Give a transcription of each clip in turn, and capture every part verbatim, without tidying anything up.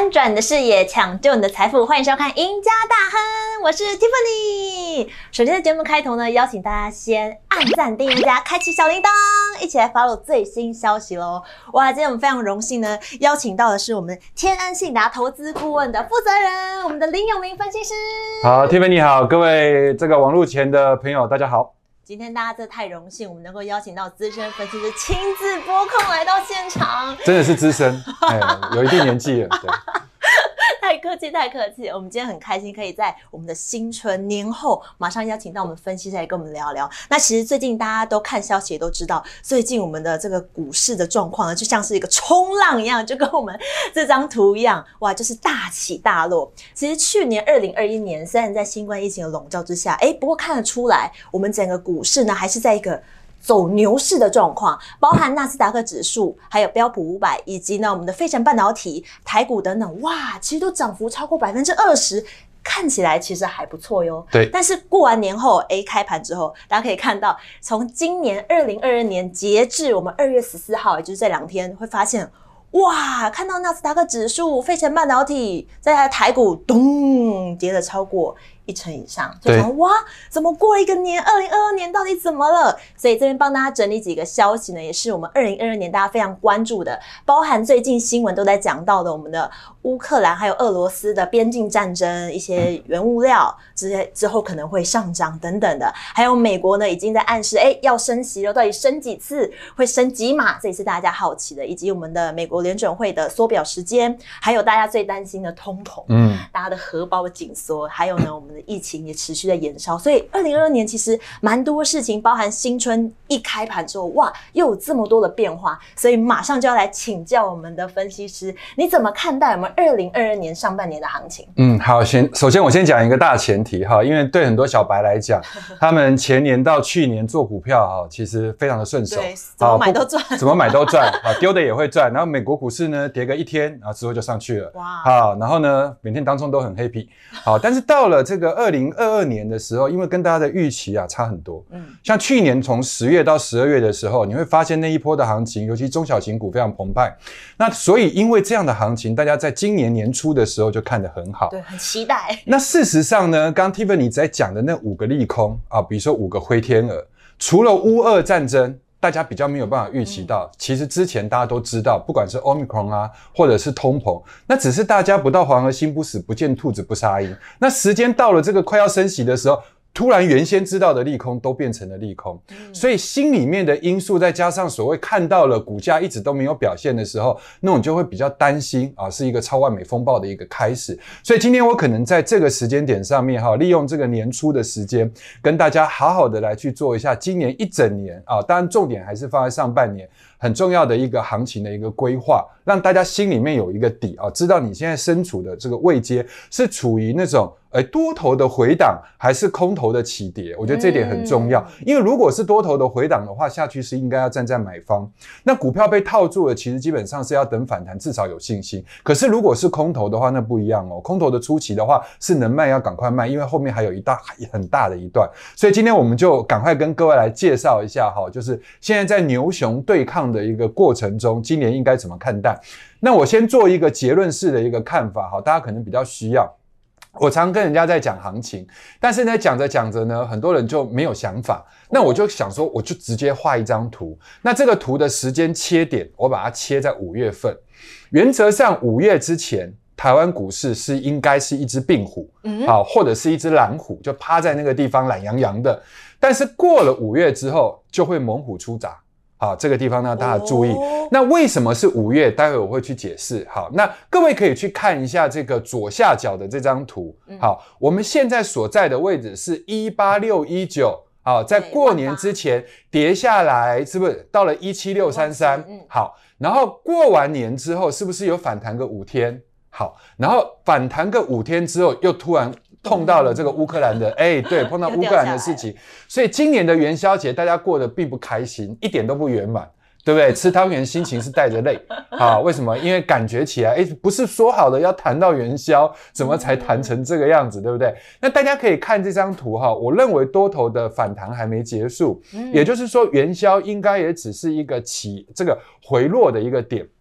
翻转你的视野，抢救你的财富，欢迎收看《赢家大亨》，我是 Tiffany。首先在节目开头呢，邀请大家先按赞、订阅加开启小铃铛，一起来 follow 最新消息喽！哇，今天我们非常荣幸呢，邀请到的是我们天安信达投资顾问的负责人，我们的林永明分析师。 好 ，Tiffany 好，各位这个网络前的朋友，大家好。 今天大家真的太荣幸，我们能够邀请到资深分析师亲自拨空来到现场， 真的是资深，哎，有一定年纪了，对。 太客气，太客气！我们今天很开心，可以在我们的新春年后，马上邀请到我们分析师来跟我们聊聊。那其实最近大家都看消息也都知道，最近我们的这个股市的状况呢，就像是一个冲浪一样，就跟我们这张图一样，哇，就是大起大落。其实去年二零二一年，虽然在新冠疫情的笼罩之下，哎，不过看得出来，我们整个股市呢，还是在一个走牛市的状况，包含纳斯达克指数，还有标普五百，以及呢我们的费城半导体、台股等等，哇，其实都涨幅超过百分之二十，看起来其实还不错哟。 对。 但是过完年后，哎，开盘之后，大家可以看到，从今年二零二二年截至我们二月十四号，也就是这两天，会发现，哇，看到纳斯达克指数、费城半导体，在台股咚跌了超过一成以上，就想哇，怎么过一个年，二零二二年到底怎么了？所以这边帮大家整理几个消息呢，也是我们二零二二年大家非常关注的，包含最近新闻都在讲到的，我们的乌克兰还有俄罗斯的边境战争，一些原物料之些之后可能会上涨等等的，还有美国呢已经在暗示，哎，要升息了，到底升几次，会升几码，这也是大家好奇的，以及我们的美国联准会的缩表时间，还有大家最担心的通膨，嗯，大家的荷包的紧缩，还有呢我们的疫情也持续在延烧，所以二零二二年其实蛮多事情，包含新春一开盘之后，哇，又有这么多的变化，所以马上就要来请教我们的分析师，你怎么看待我们二零二二年上半年的行情？ 嗯，好，先首先我先讲一个大前提哈，因为对很多小白来讲，他们前年到去年做股票哈，其实非常的顺手， 对，怎么买都赚， 怎么买都赚，好，丢的也会赚，然后美国股市呢跌个一天，然后之后就上去了，哇，好，然后呢每天当中都很 happy， 好，但是到了这个二零二二年的时候，因为跟大家的预期啊差很多，嗯，像去年从十月到十二月的时候，你会发现那一波的行情，尤其中小型股非常澎湃，那所以因为这样的行情，大家在今年年初的时候就看得很好， 对，很期待。 那事实上呢，刚刚 Tiffany 在讲的那五个利空啊，比如说五个灰天鹅，除了乌俄战争，大家比较没有办法预期到，嗯，其实之前大家都知道，不管是 Omicron 啊，或者是通膨，那只是大家不到黄河心不死，不见兔子不撒鹰。那时间到了这个快要升息的时候，突然原先知道的利空都变成了利空，嗯，所以心里面的因素再加上所谓看到了股价一直都没有表现的时候，那种就会比较担心啊，是一个超万美风暴的一个开始。所以今天我可能在这个时间点上面哈，利用这个年初的时间，跟大家好好的来去做一下今年一整年啊，当然重点还是放在上半年很重要的一个行情的一个规划，让大家心里面有一个底啊，知道你现在身处的这个位阶是处于那种呃多头的回档还是空头的起跌，我觉得这点很重要，嗯，因为如果是多头的回档的话，下去是应该要站在买方，那股票被套住了，其实基本上是要等反弹，至少有信心。可是如果是空头的话，那不一样哦，空头的初期的话是能卖要赶快卖，因为后面还有一大很大的一段，所以今天我们就赶快跟各位来介绍一下哈，就是现在在牛熊对抗的一个过程中，今年应该怎么看待。那我先做一个结论式的一个看法哈，大家可能比较需要。我常跟人家在讲行情，但是呢讲着讲着呢，很多人就没有想法，那我就想说我就直接画一张图，那这个图的时间切点我把它切在五月份，原则上五月之前台湾股市是应该是一只病虎，嗯，好，或者是一只蓝虎，就趴在那个地方懒洋洋的，但是过了五月之后就会猛虎出闸，好，这个地方呢大家注意，哦，那为什么是五月？待会我会去解释。好，那各位可以去看一下这个左下角的这张图。好，我们现在所在的位置是一八六一九，好，在过年之前跌下来，是不是到了一七六三三？好，然后过完年之后，是不是有反弹个五天？好，然后反弹个五天之后，又突然碰到了这个乌克兰的，哎，对，碰到乌克兰的事情，所以今年的元宵节大家过得并不开心，一点都不圆满，对不对？吃汤圆心情是带着泪啊？为什么？因为感觉起来，哎，不是说好的要谈到元宵，怎么才谈成这个样子，对不对？那大家可以看这张图哈，我认为多头的反弹还没结束，也就是说元宵应该也只是一个起这个回落的一个点。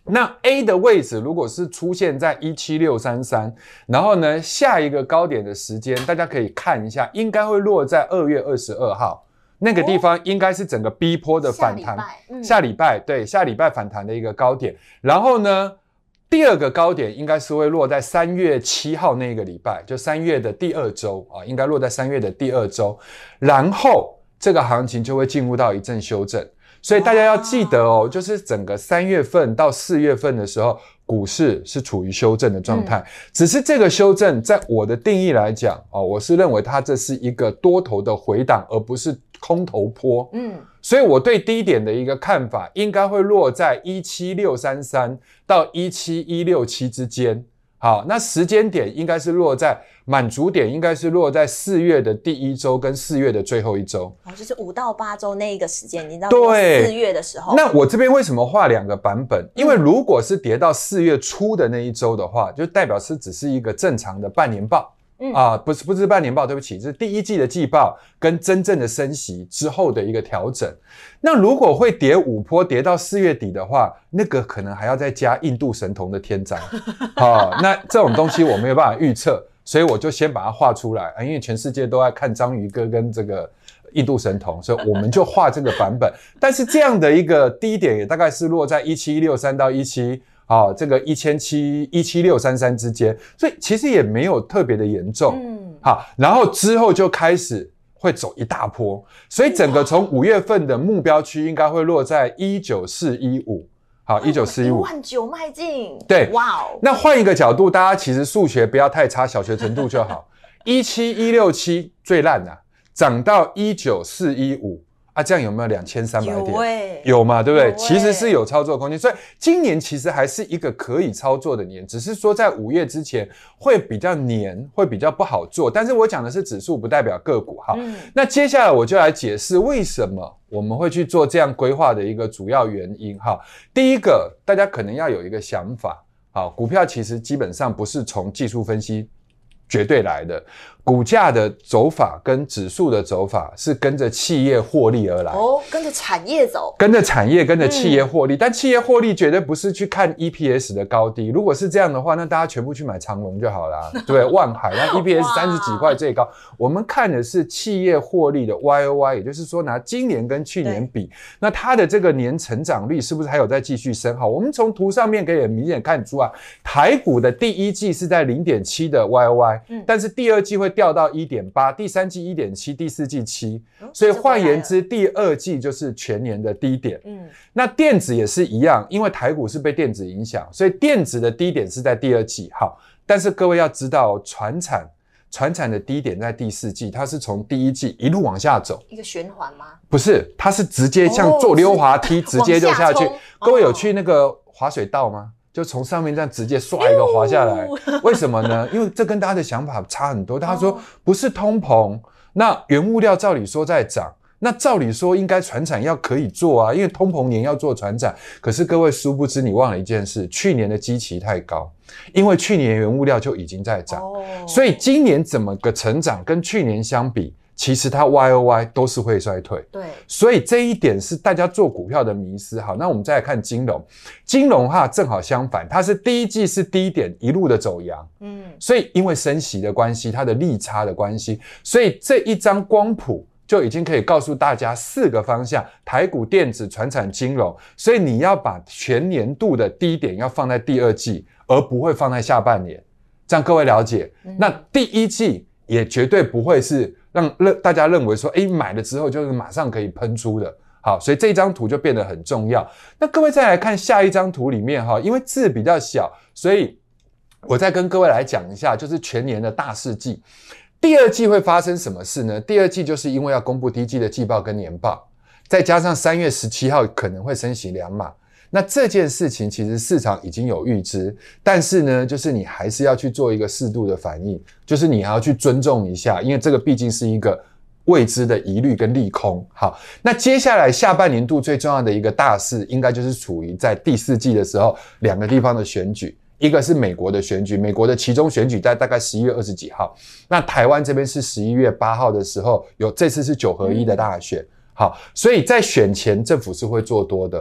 那 A 的位置如果是出现在一七六三三，然后呢，下一个高点的时间大家可以看一下，应该会落在二月二十二号。那个地方应该是整个 B 波的反弹， 下礼拜，嗯、 下礼拜对下礼拜反弹的一个高点。然后呢，第二个高点应该是会落在三月七号那个礼拜，就三月的第二周啊，应该落在三月的第二周。然后这个行情就会进入到一阵修正。所以大家要记得哦，就是整个三月份到四月份的时候，股市是处于修正的状态。嗯、只是这个修正，在我的定义来讲哦，我是认为它这是一个多头的回档，而不是空头波。嗯，所以我对低点的一个看法，应该会落在一七六三三到一七一六七之间。好，那时间点应该是落在满足点，应该是落在四月的第一周跟四月的最后一周。 哦，就是五到八周那一个时间，你知道对， 四月的时候。 那我这边为什么画两个版本？因为如果是跌到四月初的那一周的话，就代表是只是一个正常的半年报。嗯啊，不是不是半年报，对不起，是第一季的季报跟真正的升息之后的一个调整。那如果会跌五波，跌到四月底的话，那个可能还要再加印度神童的天灾。啊，那这种东西我没有办法预测，所以我就先把它画出来啊，因为全世界都在看章鱼哥跟这个印度神童，所以我们就画这个版本。但是这样的一个低点也大概是落在一七一六三到一七。好，这个一千七一七六三三之间，所以其实也没有特别的严重。嗯，好，然后之后就开始会走一大波，所以整个从五月份的目标区应该会落在一九四一五。好，一九四一五， 一万九迈进。 对， 哇哦。 那换一个角度，大家其实数学不要太差，小学程度就好。一七一六七最烂啊，涨到一九四一五。啊，这样有没有两千三百点？ 有欸， 有嘛，对不对？ 欸、 其实是有操作空间，所以今年其实还是一个可以操作的年，只是说在五月之前会比较黏，会比较不好做。但是我讲的是指数，不代表个股。好，嗯、那接下来我就来解释为什么我们会去做这样规划的一个主要原因。哈，第一个，大家可能要有一个想法。好，股票其实基本上不是从技术分析绝对来的，股价的走法跟指数的走法是跟着企业获利而来。 哦，跟着产业走， 跟着产业，跟着企业获利。嗯、但企业获利绝对不是去看 E P S 的高低。如果是这样的话，那大家全部去买长荣就好了，对，万海，那 E P S 三十几块最高。我们看的是企业获利的 Y O Y， 也就是说拿今年跟去年比，那它的这个年成长率是不是还有在继续升？好，我们从图上面可以很明显看出啊，台股的第一季是在 零点七 的 Y O Y。嗯、但是第二季会掉到 一点八， 第三季 一点七， 第四季七，嗯、所以换言之，第二季就是全年的低点。嗯，那电子也是一样，因为台股是被电子影响，所以电子的低点是在第二季。好，但是各位要知道，传产传产的低点在第四季，它是从第一季一路往下走， 一个循环吗？ 不是，它是直接像坐溜滑梯，哦、直接就下去。各位有去那个滑水道吗？就从上面这样直接刷一个滑下来，为什么呢？因为这跟大家的想法差很多。大家说不是通膨，那原物料照理说在涨，那照理说应该传产要可以做啊，因为通膨年要做传产。可是各位殊不知，你忘了一件事，去年的基期太高，因为去年原物料就已经在涨，所以今年怎么个成长跟去年相比？其实它 Y O Y 都是会衰退， 对， 所以这一点是大家做股票的迷思。好，那我们再来看金融，金融哈正好相反，它是第一季是低点一路的走阳，嗯，所以因为升息的关系，它的利差的关系，所以这一张光谱就已经可以告诉大家四个方向：台股、电子、传产、金融。所以你要把全年度的低点要放在第二季，而不会放在下半年，这样各位了解？嗯、那第一季也绝对不会是让大家认为说，诶，买了之后就是马上可以喷出的。好，所以这一张图就变得很重要。那各位再来看下一张图里面哈，因为字比较小，所以我再跟各位来讲一下，就是全年的大事记。第二季会发生什么事呢？第二季就是因为要公布第一季的季报跟年报，再加上三月十七号可能会升息两码。那这件事情其实市场已经有预知，但是呢，就是你还是要去做一个适度的反应，就是你还要去尊重一下，因为这个毕竟是一个未知的疑虑跟利空。好，那接下来下半年度最重要的一个大事，应该就是处于在第四季的时候，两个地方的选举，一个是美国的选举，美国的期中选举在大概十一月二十几号，那台湾这边是十一月八号的时候，有这次是九合一的大选。好，所以在选前政府是会做多的。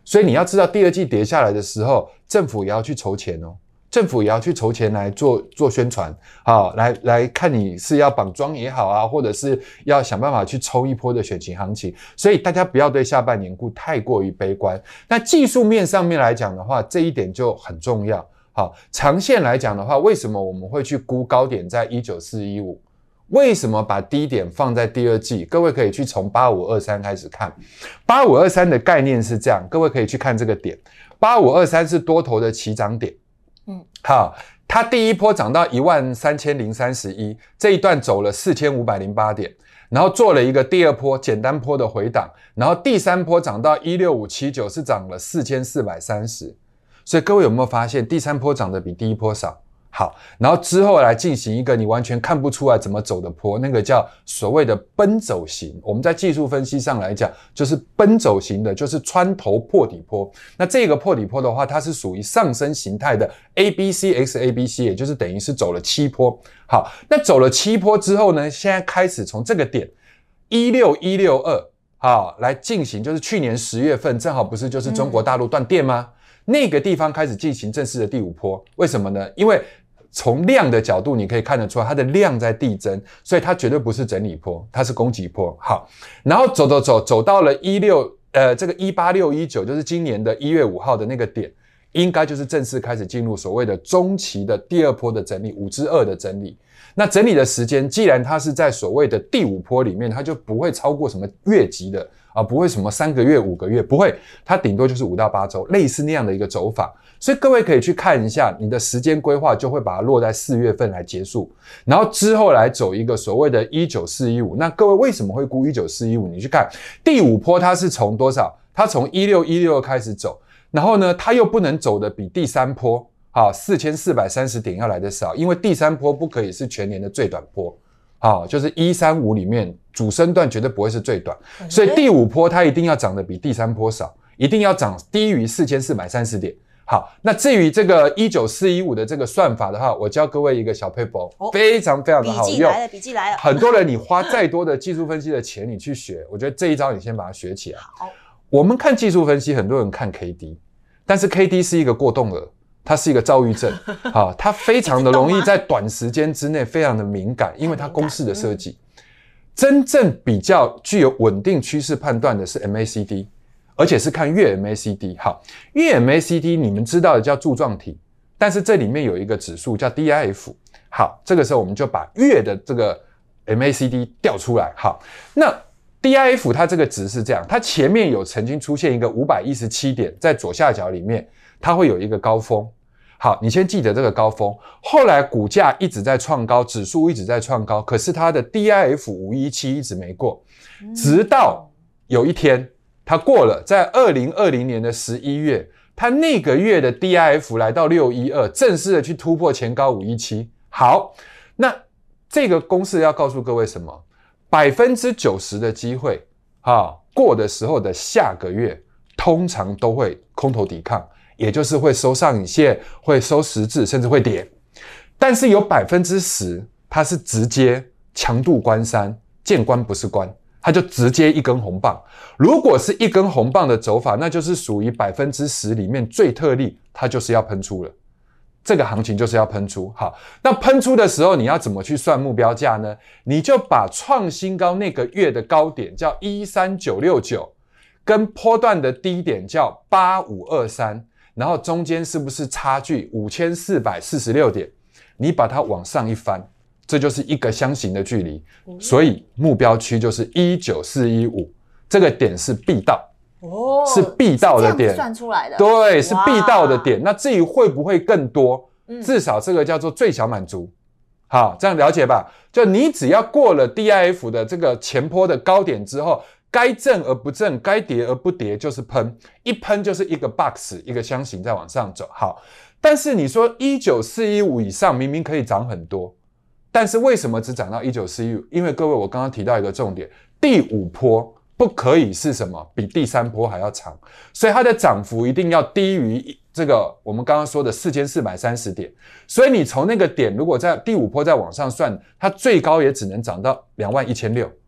所以你要知道第二季跌下来的时候，政府也要去筹钱哦，政府也要去筹钱来做做宣传，好，来来看你是要绑桩也好啊，或者是要想办法去抽一波的选情行情，所以大家不要对下半年估太过于悲观。那技术面上面来讲的话，这一点就很重要。好，长线来讲的话，为什么我们会去估高点在一九四一五？为什么把低点放在第二季？各位可以去从八五二三开始看。八五二三的概念是这样，各位可以去看这个点。八五二三是多头的起涨点。嗯，好，它第一波涨到一万三千零三十一，这一段走了四千五百零八点，然后做了一个第二波简单波的回档，然后第三波涨到一六五七九，是涨了四千四百三十。所以各位有没有发现第三波涨得比第一波少？好，然后之后来进行一个你完全看不出来怎么走的波，那个叫所谓的奔走型。我们在技术分析上来讲，就是奔走型的，就是穿头破底波。那这个破底波的话，它是属于上升形态的 A B C X A B C， 也就是等于是走了七波。好，那走了七波之后呢，现在开始从这个点一六一六二好来进行，就是去年十月份正好不是就是中国大陆断电吗？嗯，那个地方开始进行正式的第五波。为什么呢？因为从量的角度你可以看得出来，它的量在递增，所以它绝对不是整理波，它是攻击波。好，然后走走走走到了一六呃这个一八六一九，就是今年的一月五号的那个点，应该就是正式开始进入所谓的中期的第二波的整理，五之二的整理。那整理的时间，既然它是在所谓的第五波里面，它就不会超过什么月级的啊，不会什么三个月、五个月，不会，它顶多就是五到八周，类似那样的一个走法。所以各位可以去看一下，你的时间规划就会把它落在四月份来结束，然后之后来走一个所谓的一九四一五。那各位为什么会估一九四一五？你去看第五波，它是从多少？它从一六一六开始走，然后呢，它又不能走的比第三波好四千四百三十点要来的少，因为第三波不可以是全年的最短波。好，就是一三五里面主升段绝对不会是最短，所以第五波它一定要涨得比第三波少，一定要涨低于四千四百三十点。好，那至于这个一九四一五的这个算法的话，我教各位一个小 paper，哦，非常非常的好用。笔记来了，笔记来了。很多人你花再多的技术分析的钱你去学，我觉得这一招你先把它学起来。好，我们看技术分析，很多人看 K D， 但是 K D 是一个过动儿。它是一个躁郁症，好，它非常的容易在短时间之内非常的敏感，因为它公式的设计。真正比较具有稳定趋势判断的是 M A C D， 而且是看月 M A C D。好，月 M A C D 你们知道的叫柱状体，但是这里面有一个指数叫 D I F。好，这个时候我们就把月的这个 M A C D 调出来。好，那 D I F 它这个值是这样，它前面有曾经出现一个五百一十七点，在左下角里面，它会有一个高峰。好，你先记得这个高峰，后来股价一直在创高，指数一直在创高，可是它的 D I F 五一七一直没过，直到有一天它过了，在二零二零年的十一月，它那个月的 D I F 来到六一二，正式的去突破前高五一七。好，那这个公式要告诉各位什么？ 百分之九十 的机会啊，过的时候的下个月通常都会空头抵抗，也就是会收上影线，会收十字，甚至会跌。但是有 百分之十 它是直接强度关山，见关不是关，它就直接一根红棒。如果是一根红棒的走法，那就是属于 百分之十 里面最特例，它就是要喷出了。这个行情就是要喷出。好，那喷出的时候你要怎么去算目标价呢？你就把创新高那个月的高点叫一三九六九，跟波段的低点叫八五二三，然后中间是不是差距五千四百四十六点？你把它往上一翻，这就是一个箱型的距离，所以目标区就是一九四一五，这个点是必到。哦，是必到的点， 算出来的， 对，是必到的点。那至于会不会更多，嗯、至少这个叫做最小满足。好，这样了解吧？就你只要过了 D I F 的这个前波的高点之后，该正而不正，该跌而不跌，就是喷，一喷就是一个 box， 一个箱型在往上走。好，但是你说一九四一五以上明明可以涨很多，但是为什么只涨到一九四一五？因为各位，我刚刚提到一个重点，第五波。不可以是什么比第三波还要长，所以它的涨幅一定要低于这个我们刚刚说的四千四百三十点。所以你从那个点如果在第五波再往上算，它最高也只能涨到两万一千六百。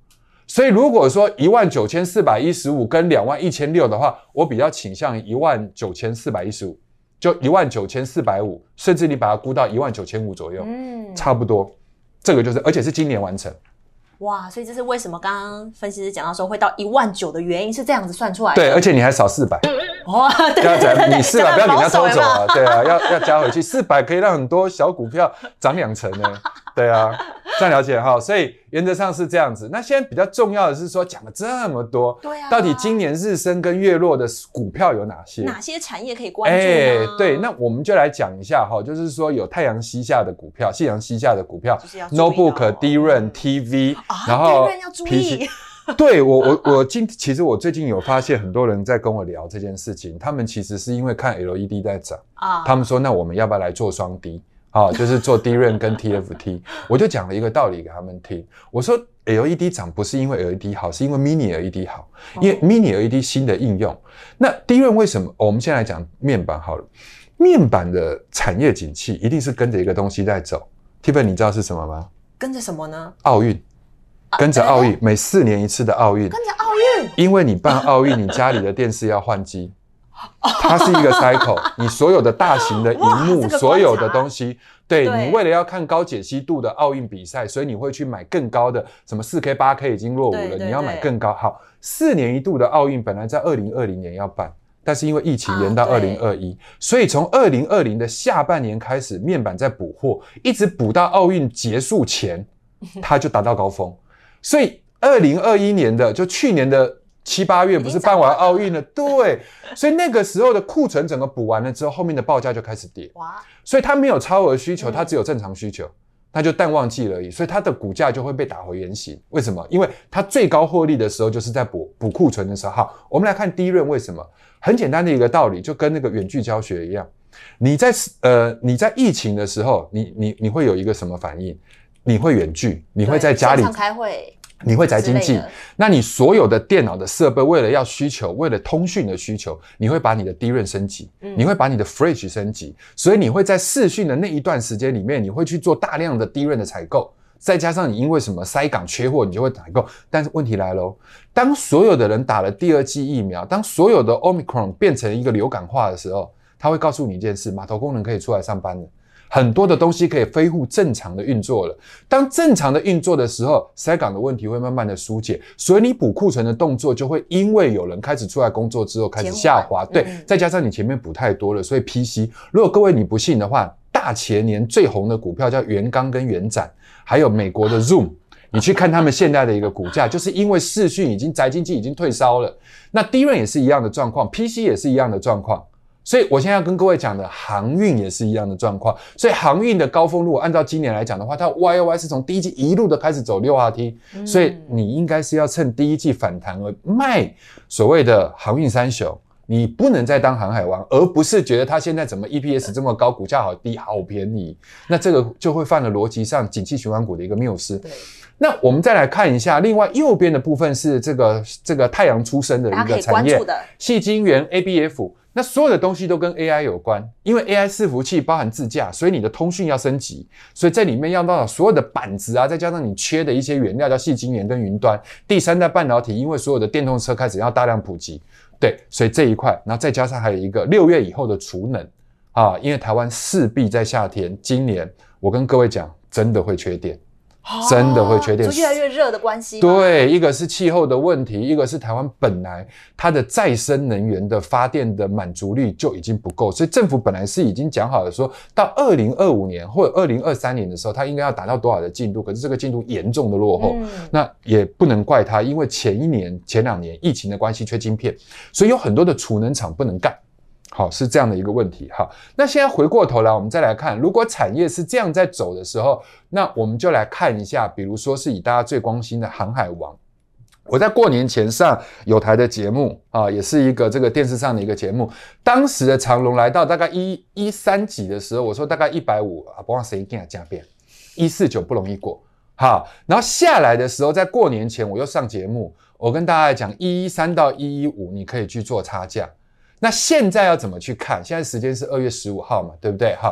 所以如果说一万九千四百一十五跟两万一千六的话，我比较倾向于一万九千四百一十五，就一万九千四百五，甚至你把它估到一万九千五左右，嗯，差不多。这个就是，而且是今年完成。 哇，所以这是为什么刚刚分析师讲到说会到一万九的原因是这样子算出来的。 对，而且你还少四百。哇，对，要加你四百不要给人家偷走啊，对啊，要要加回去，四百可以让很多小股票涨两成呢，对啊，这样了解哈。所以原则上是这样子。那现在比较重要的是说，讲了这么多，对啊，到底今年日升跟月落的股票有哪些？哪些产业可以关注呢？哎，对，那我们就来讲一下哈，就是说有太阳西下的股票，夕阳西下的股票 ，notebook、D R A M、T V， 然后 P C。对我我我今其实我最近有发现很多人在跟我聊这件事情，他们其实是因为看 L E D 在涨啊，他们说那我们要不要来做双 D 啊，就是做 D R A M 跟 T F T， 我就讲了一个道理给他们听，我说 L E D 涨不是因为 L E D 好，是因为 Mini L E D 好，因为 Mini L E D 新的应用。那 D R A M 为什么？我们先来讲面板好了，面板的产业景气一定是跟着一个东西在走。Tiffany 你知道是什么吗？ 跟着什么呢？ 奥运。跟着奥运，每四年一次的奥运， 跟着奥运， 因为你办奥运，你家里的电视要换机，它是一个 cycle， 你所有的大型的荧幕，这个、所有的东西，对, 对你为了要看高解析度的奥运比赛，所以你会去买更高的，什么 四 K、八 K 已经落伍了，对对对，你要买更高。好，四年一度的奥运本来在二零二零年要办，但是因为疫情延到二零二一，啊，所以从二零二零的下半年开始，面板在补货，一直补到奥运结束前，它就达到高峰。所以二零二一年的就去年的七八月不是办完奥运了，对，所以那个时候的库存整个补完了之后，后面的报价就开始跌，哇，所以它没有超额需求，它只有正常需求，它就淡旺季而已，所以它的股价就会被打回原形。为什么？因为它最高获利的时候就是在补补库存的时候。好，我们来看D R A M为什么？很简单的一个道理，就跟那个远距教学一样，你在呃你在疫情的时候，你你你会有一个什么反应？你会远距，你会在家里开会， 你会宅经济，那你所有的电脑的设备为了要需求，为了通讯的需求，你会把你的 D R A M 升级，嗯，你会把你的 Fridge 升级，所以你会在视讯的那一段时间里面，你会去做大量的 D R A M 的采购，再加上你因为什么塞港缺货，你就会采购。但是问题来咯，当所有的人打了第二剂疫苗，当所有的 Omicron 变成一个流感化的时候，他会告诉你一件事，码头工人可以出来上班了，很多的东西可以恢复正常的运作了。当正常的运作的时候，塞港的问题会慢慢的疏解，所以你补库存的动作就会因为有人开始出来工作之后开始下滑，对，嗯，再加上你前面补太多了，所以 P C， 如果各位你不信的话，大前年最红的股票叫元刚跟元展，还有美国的 Zoom， 你去看他们现在的一个股价，就是因为视讯已经宅经济已经退烧了。那 D R A M 也是一样的状况， P C 也是一样的状况。所以我现在要跟各位讲的航运也是一样的状况，所以航运的高峰，如果按照今年来讲的话，它 Y O Y 是从第一季一路的开始走溜滑梯，嗯，所以你应该是要趁第一季反弹而卖所谓的航运三雄，你不能再当航海王，而不是觉得它现在怎么 E P S 这么高，股价好低好便宜，那这个就会犯了逻辑上景气循环股的一个谬思。那我们再来看一下，另外右边的部分是这个这个太阳出生的一个产业，矽晶圆 A B F。那所有的东西都跟 A I 有关，因为 A I 伺服器包含自驾，所以你的通讯要升级，所以在里面要到所有的板子啊，再加上你缺的一些原料叫矽晶圆跟云端，第三代半导体，因为所有的电动车开始要大量普及，对，所以这一块，然后再加上还有一个六月以后的储能啊，因为台湾势必在夏天，今年我跟各位讲，真的会缺电。真的会缺电， 就越来越热的关系。 对，一个是气候的问题，一个是台湾本来它的再生能源的发电的满足率就已经不够，所以政府本来是已经讲好了，说到二零二五年或者二零二三年的时候，它应该要达到多少的进度，可是这个进度严重的落后，嗯，那也不能怪它，因为前一年、前两年疫情的关系缺晶片，所以有很多的储能厂不能干。好，是这样的一个问题。好，那现在回过头来，我们再来看，如果产业是这样在走的时候，那我们就来看一下，比如说是以大家最关心的航海王。我在过年前上有台的节目啊，也是一个这个电视上的一个节目。当时的长荣来到大概一一三几的时候，我说大概一百五啊，不忘谁给他加变，一四九不容易过。好，然后下来的时候，在过年前我又上节目，我跟大家讲一一三到一一五，你可以去做差价。那现在要怎么去看？现在时间是二月十五号嘛，对不对？好，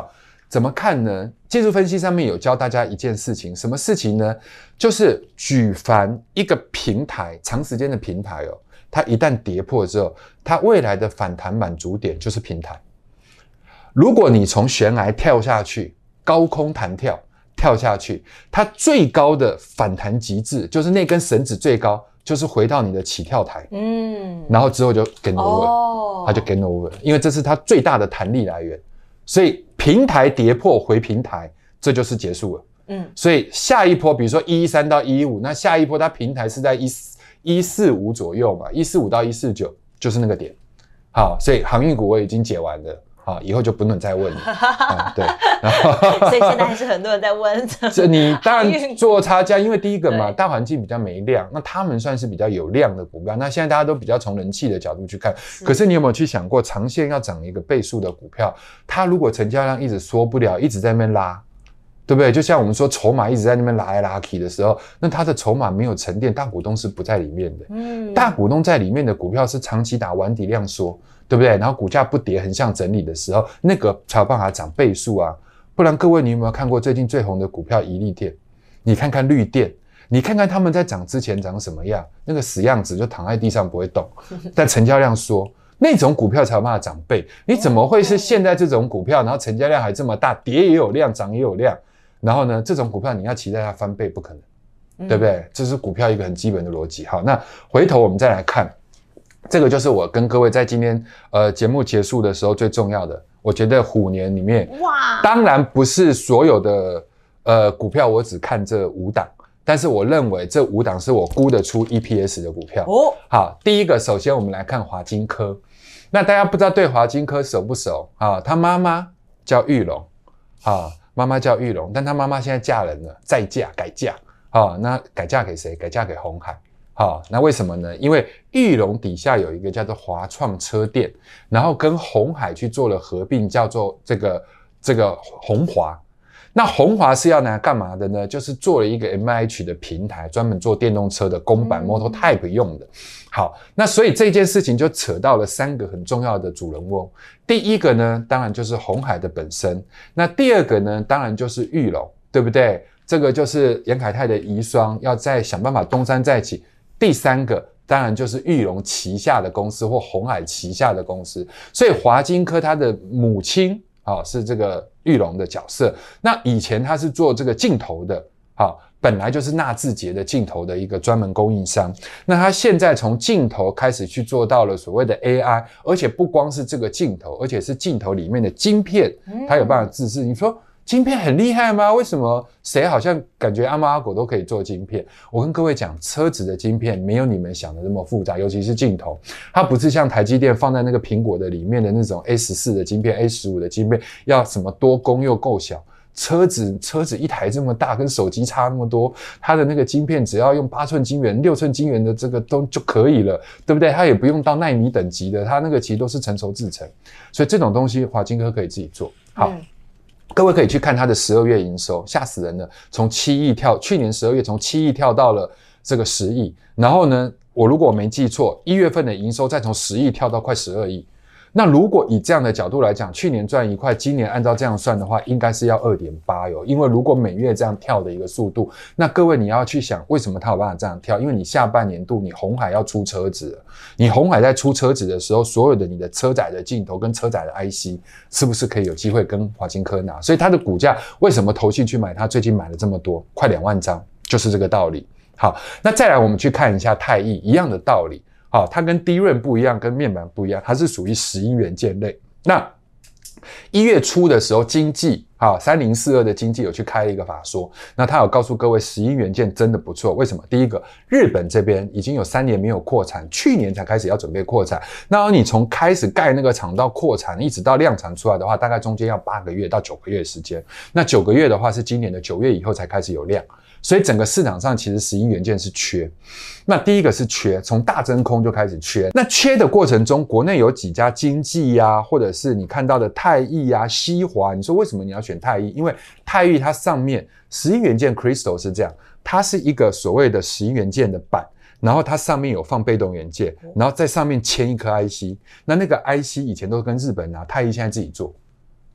怎么看呢？技术分析上面有教大家一件事情，什么事情呢？就是举凡一个平台，长时间的平台哦，它一旦跌破之后，它未来的反弹满足点就是平台。如果你从悬崖跳下去，高空弹跳跳下去，它最高的反弹极致就是那根绳子最高，就是回到你的起跳台，嗯，然后之后就 game over，哦，它就 game over，因为这是它最大的弹力来源。所以平台跌破回平台，这就是结束了。嗯，所以下一波，比如说一一三到一一五，那下一波它平台是在一四五左右嘛，一四五到一四九就是那个点。好，所以航运股我已经解完了。好，以后就不能再问了。啊、对，然后所以现在还是很多人在问。 这你当然做差价，因为第一个嘛，大环境比较没量，那他们算是比较有量的股票。那现在大家都比较从人气的角度去看，是可是你有没有去想过，长线要涨一个倍数的股票，它如果成交量一直缩不了，一直在那边拉，对不对？就像我们说筹码一直在那边拉来拉去的时候，那它的筹码没有沉淀，大股东是不在里面的。嗯，大股东在里面的股票是长期打完底量缩。对不对？然后股价不跌，很像整理的时候，那个才有办法涨倍数啊！不然各位，你有没有看过最近最红的股票怡利电？你看看绿电，你看看他们在涨之前长什么样，那个死样子就躺在地上不会动，但成交量缩，那种股票才有办法涨倍。你怎么会是现在这种股票，然后成交量还这么大，跌也有量，涨也有量，然后呢，这种股票你要期待它翻倍不可能，对不对？这是股票一个很基本的逻辑。好，那回头我们再来看。这个就是我跟各位在今天呃节目结束的时候最重要的，我觉得虎年里面，哇，当然不是所有的呃股票我只看这五档，但是我认为这五档是我估得出 E P S 的股票。哦，好，第一个首先我们来看华金科，那大家不知道对华金科熟不熟啊？他妈妈叫玉龙，啊，妈妈叫玉龙，但他妈妈现在嫁人了，再嫁改嫁，啊，那改嫁给谁？改嫁给鸿海。好，那为什么呢？因为裕隆底下有一个叫做华创车店，然后跟鸿海去做了合并，叫做这个这个鸿华。那鸿华是要拿干嘛的呢？就是做了一个 M I H 的平台，专门做电动车的公版 Mototype 用的。好，那所以这件事情就扯到了三个很重要的主人翁。第一个呢，当然就是鸿海的本身；那第二个呢，当然就是裕隆，对不对？这个就是严凯泰的遗孀，要再想办法东山再起。第三个当然就是裕隆旗下的公司或鸿海旗下的公司，所以华金科它的母亲啊是这个裕隆的角色。那以前它是做这个镜头的，好，本来就是纳智捷的镜头的一个专门供应商。那它现在从镜头开始去做到了所谓的 A I， 而且不光是这个镜头，而且是镜头里面的晶片，它有办法自制。你说晶片很厉害吗？为什么谁好像感觉阿猫阿狗都可以做晶片？我跟各位讲，车子的晶片没有你们想的那么复杂，尤其是镜头，它不是像台积电放在那个苹果的里面的那种 A 十四 的晶片 A 十五 的晶片，要什么多功又够小。车子车子一台这么大，跟手机差那么多，它的那个晶片只要用八寸晶圆、六寸晶圆的这个都就可以了，对不对？它也不用到奈米等级的，它那个其实都是成熟制程，所以这种东西华金科可以自己做好。嗯，各位可以去看它的十二月营收，吓死人了，从七亿跳，去年十二月从七亿跳到了这个十亿，然后呢，我如果我没记错，一月份的营收再从十亿跳到快十二亿。那如果以这样的角度来讲，去年赚一块，今年按照这样算的话，应该是要 二点八 哟。因为如果每月这样跳的一个速度，那各位你要去想，为什么它有办法这样跳？因为你下半年度你鸿海要出车子了，你鸿海在出车子的时候，所有的你的车载的镜头跟车载的 I C 是不是可以有机会跟华金科拿？所以它的股价为什么投信去买它？最近买了这么多，快两万张，就是这个道理。好，那再来我们去看一下泰益，一样的道理。好，它跟低润不一样，跟面板不一样，它是属于十一元件类。那一月初的时候，经济啊三零四二的经济有去开了一个法说，那他有告诉各位，十一元件真的不错。为什么？第一个，日本这边已经有三年没有扩产，去年才开始要准备扩产。那你从开始盖那个厂到扩产，一直到量产出来的话，大概中间要八个月到九个月的时间。那九个月的话，是今年的九月以后才开始有量。所以整个市场上其实十一元件是缺，那第一个是缺，从大真空就开始缺。那缺的过程中，国内有几家经济啊，或者是你看到的泰益啊、西华，你说为什么你要选泰益？因为泰益它上面十一元件 Crystal 是这样，它是一个所谓的十一元件的板，然后它上面有放被动元件，然后在上面嵌一颗 I C， 那那个 I C 以前都跟日本拿，泰益现在自己做。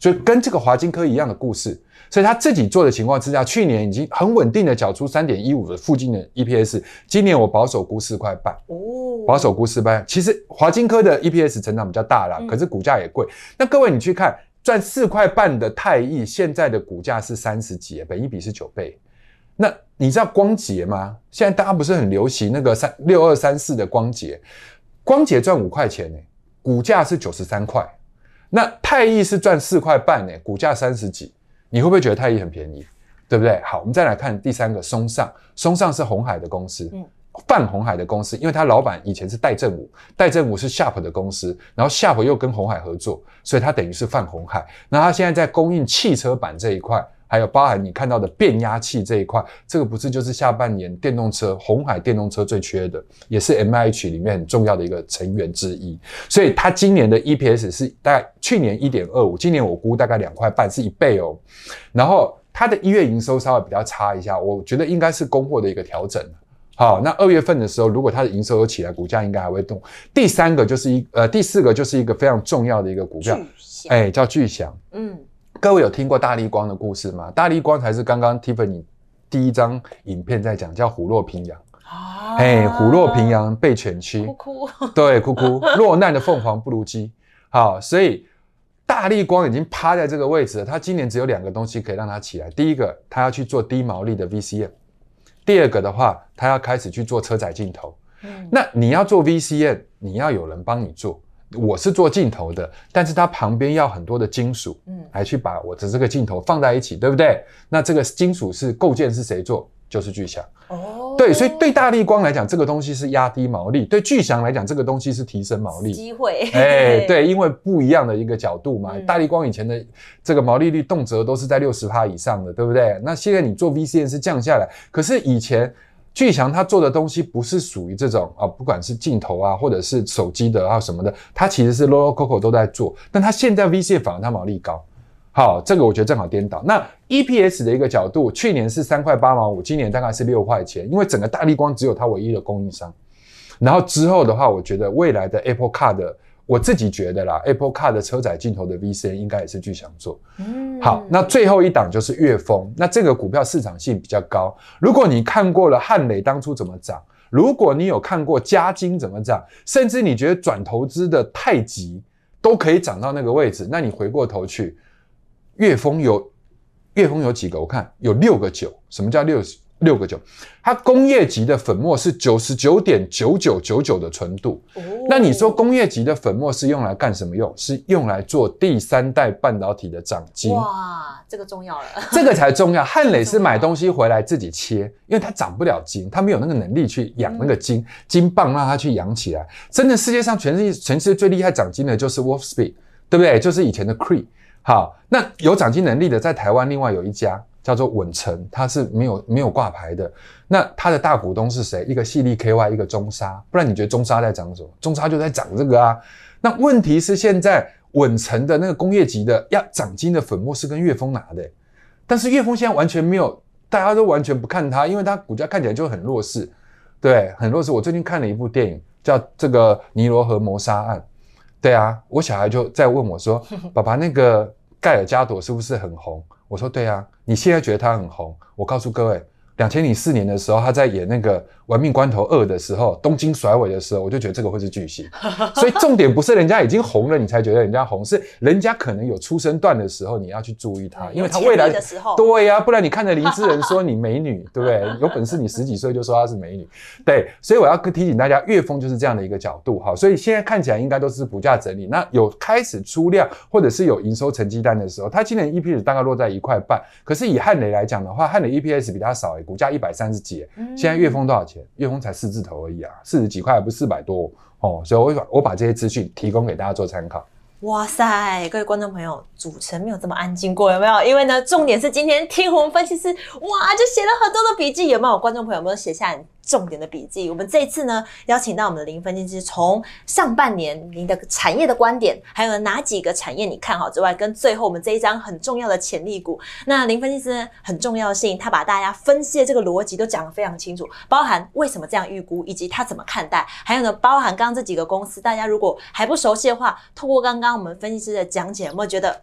所以跟这个华金科一样的故事。所以他自己做的情况之下，去年已经很稳定的缴出 三点一五 的附近的 E P S， 今年我保守估四块半，哦，保守估四块半。其实华金科的 E P S 成长比较大啦，嗯、可是股价也贵。那各位你去看赚四块半的泰益，现在的股价是三十几，本益比是九倍。那你知道光捷吗？现在大家不是很流行那个三六二三四的光捷，光捷赚五块钱呢，股价是九十三块。那泰益是赚四块半呢，股价三十几。你会不会觉得泰益很便宜，对不对？好，我们再来看第三个松上，松上是鸿海的公司，嗯，泛鸿海的公司，因为他老板以前是戴正武，戴正武是 Sharp 的公司，然后 Sharp 又跟鸿海合作，所以他等于是泛鸿海。那他现在在供应汽车板这一块，还有包含你看到的变压器这一块，这个不是就是下半年电动车鸿海电动车最缺的，也是 M I H 里面很重要的一个成员之一。所以他今年的 E P S 是大概去年 一点二五， 今年我估大概两块半，是一倍哦。然后他的一月营收稍微比较差一下，我觉得应该是供货的一个调整。好，那二月份的时候，如果它的营收有起来，股价应该还会动。第三个就是一呃，第四个就是一个非常重要的一个股票，哎，叫巨翔，嗯。各位有听过大立光的故事吗？大立光才是刚刚 Tiffany 第一张影片在讲，叫虎落平阳。啊，哎，虎落平阳被犬欺， 哭哭， 对，哭哭，落难的凤凰不如鸡。好，所以大立光已经趴在这个位置了。它今年只有两个东西可以让它起来，第一个，它要去做低毛利的 V C M； 第二个的话，它要开始去做车载镜头。嗯，那你要做 V C M， 你要有人帮你做。我是做镜头的，但是它旁边要很多的金属，嗯，来去把我的这个镜头放在一起，对不对？那这个金属是构件是谁做？就是巨翔。哦，对，所以对大立光来讲，这个东西是压低毛利；对巨翔来讲，这个东西是提升毛利机会。 哎，对，因为不一样的一个角度嘛。嗯、大立光以前的这个毛利率动辄都是在 百分之六十 以上的，对不对？那现在你做 V C M 是降下来，可是以前巨翔他做的东西不是属于这种啊，不管是镜头啊，或者是手机的啊什么的，他其实是 Lolo Coco 都在做，但他现在 V C M 反而他毛利高。好，这个我觉得正好颠倒。那 E P S 的一个角度，去年是三块八毛五，今年大概是六块钱，因为整个大立光只有他唯一的供应商。然后之后的话，我觉得未来的 Apple Car 的，我自己觉得啦 ，Apple Car 的车载镜头的 V C M 应该也是巨翔做。嗯，好，那最后一档就是岳峰，那这个股票市场性比较高。如果你看过了汉磊当初怎么涨，如果你有看过嘉金怎么涨，甚至你觉得转投资的太极都可以涨到那个位置，那你回过头去，岳峰有岳峰有几个？我看有六个九。什么叫六六个九？它工业级的粉末是 九十九点九九九九 的纯度。哦，那你说工业级的粉末是用来干什么用？是用来做第三代半导体的长晶。 哇，这个重要了， 这个才重要。汉磊是买东西回来自己切，因为它长不了晶，它没有那个能力去养那个晶、嗯、晶棒让它去养起来。真的世界上全世界全世界最厉害长晶的就是 Wolfspeed， 对不对？就是以前的 Cree。好，那有长晶能力的在台湾另外有一家叫做稳成，它是没有没有挂牌的。那它的大股东是谁？一个矽力 K Y， 一个中砂。不然你觉得中砂在涨什么？中砂就在涨这个啊。那问题是现在稳成的那个工业级的要长晶的粉末是跟岳峰拿的，但是岳峰现在完全没有，大家都完全不看它，因为它股价看起来就很弱势，对，很弱势。我最近看了一部电影叫这个尼罗河谋杀案。对啊，我小孩就在问我说，爸爸那个盖尔加朵是不是很红？我说对啊，你现在觉得他很红？我告诉各位，二零零四年的时候，他在演那个《玩命关头二》的时候，东京甩尾的时候，我就觉得这个会是巨星。所以重点不是人家已经红了，你才觉得人家红，是人家可能有出身段的时候，你要去注意他，因为他未来的时候， 对呀、啊，不然你看着林志仁说你美女，对不对？有本事你十几岁就说她是美女，对。所以我要提醒大家，岳峰就是这样的一个角度哈。所以现在看起来应该都是股价整理，那有开始出量或者是有营收成绩单的时候，它今年 E P S 大概落在一块半，可是以汉磊来讲的话，汉磊 E P S 比它少诶，股价一百三十几，现在岳峰多少钱？岳峰才四字头而已啊，四十几块，还不是四百多哦。所以我把我把这些资讯提供给大家做参考。 哇塞，各位观众朋友，主持人没有这么安静过，有没有？因为呢，重点是今天听我们分析师，哇，就写了很多的笔记，有没有？观众朋友有没有写下重点的笔记？我们这一次呢，邀请到我们的林分析师，从上半年您的产业的观点，还有哪几个产业你看好之外，跟最后我们这一张很重要的潜力股，那林分析师很重要性，他把大家分析的这个逻辑都讲得非常清楚，包含为什么这样预估，以及他怎么看待，还有呢，包含刚刚这几个公司，大家如果还不熟悉的话，透过刚刚我们分析师的讲解，有没有觉得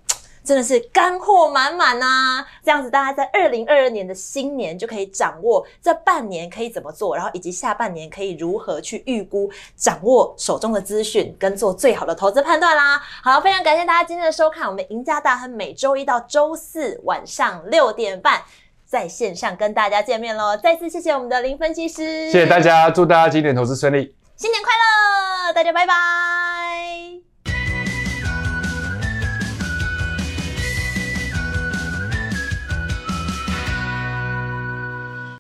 真的是干货满满啊！这样子，大家在二零二二年的新年就可以掌握这半年可以怎么做，然后以及下半年可以如何去预估、掌握手中的资讯，跟做最好的投资判断啦。好，非常感谢大家今天的收看，我们赢家大亨每周一到周四晚上六点半在线上跟大家见面咯。再次谢谢我们的林分析师， 谢谢大家，祝大家今年投资顺利， 新年快乐，大家拜拜。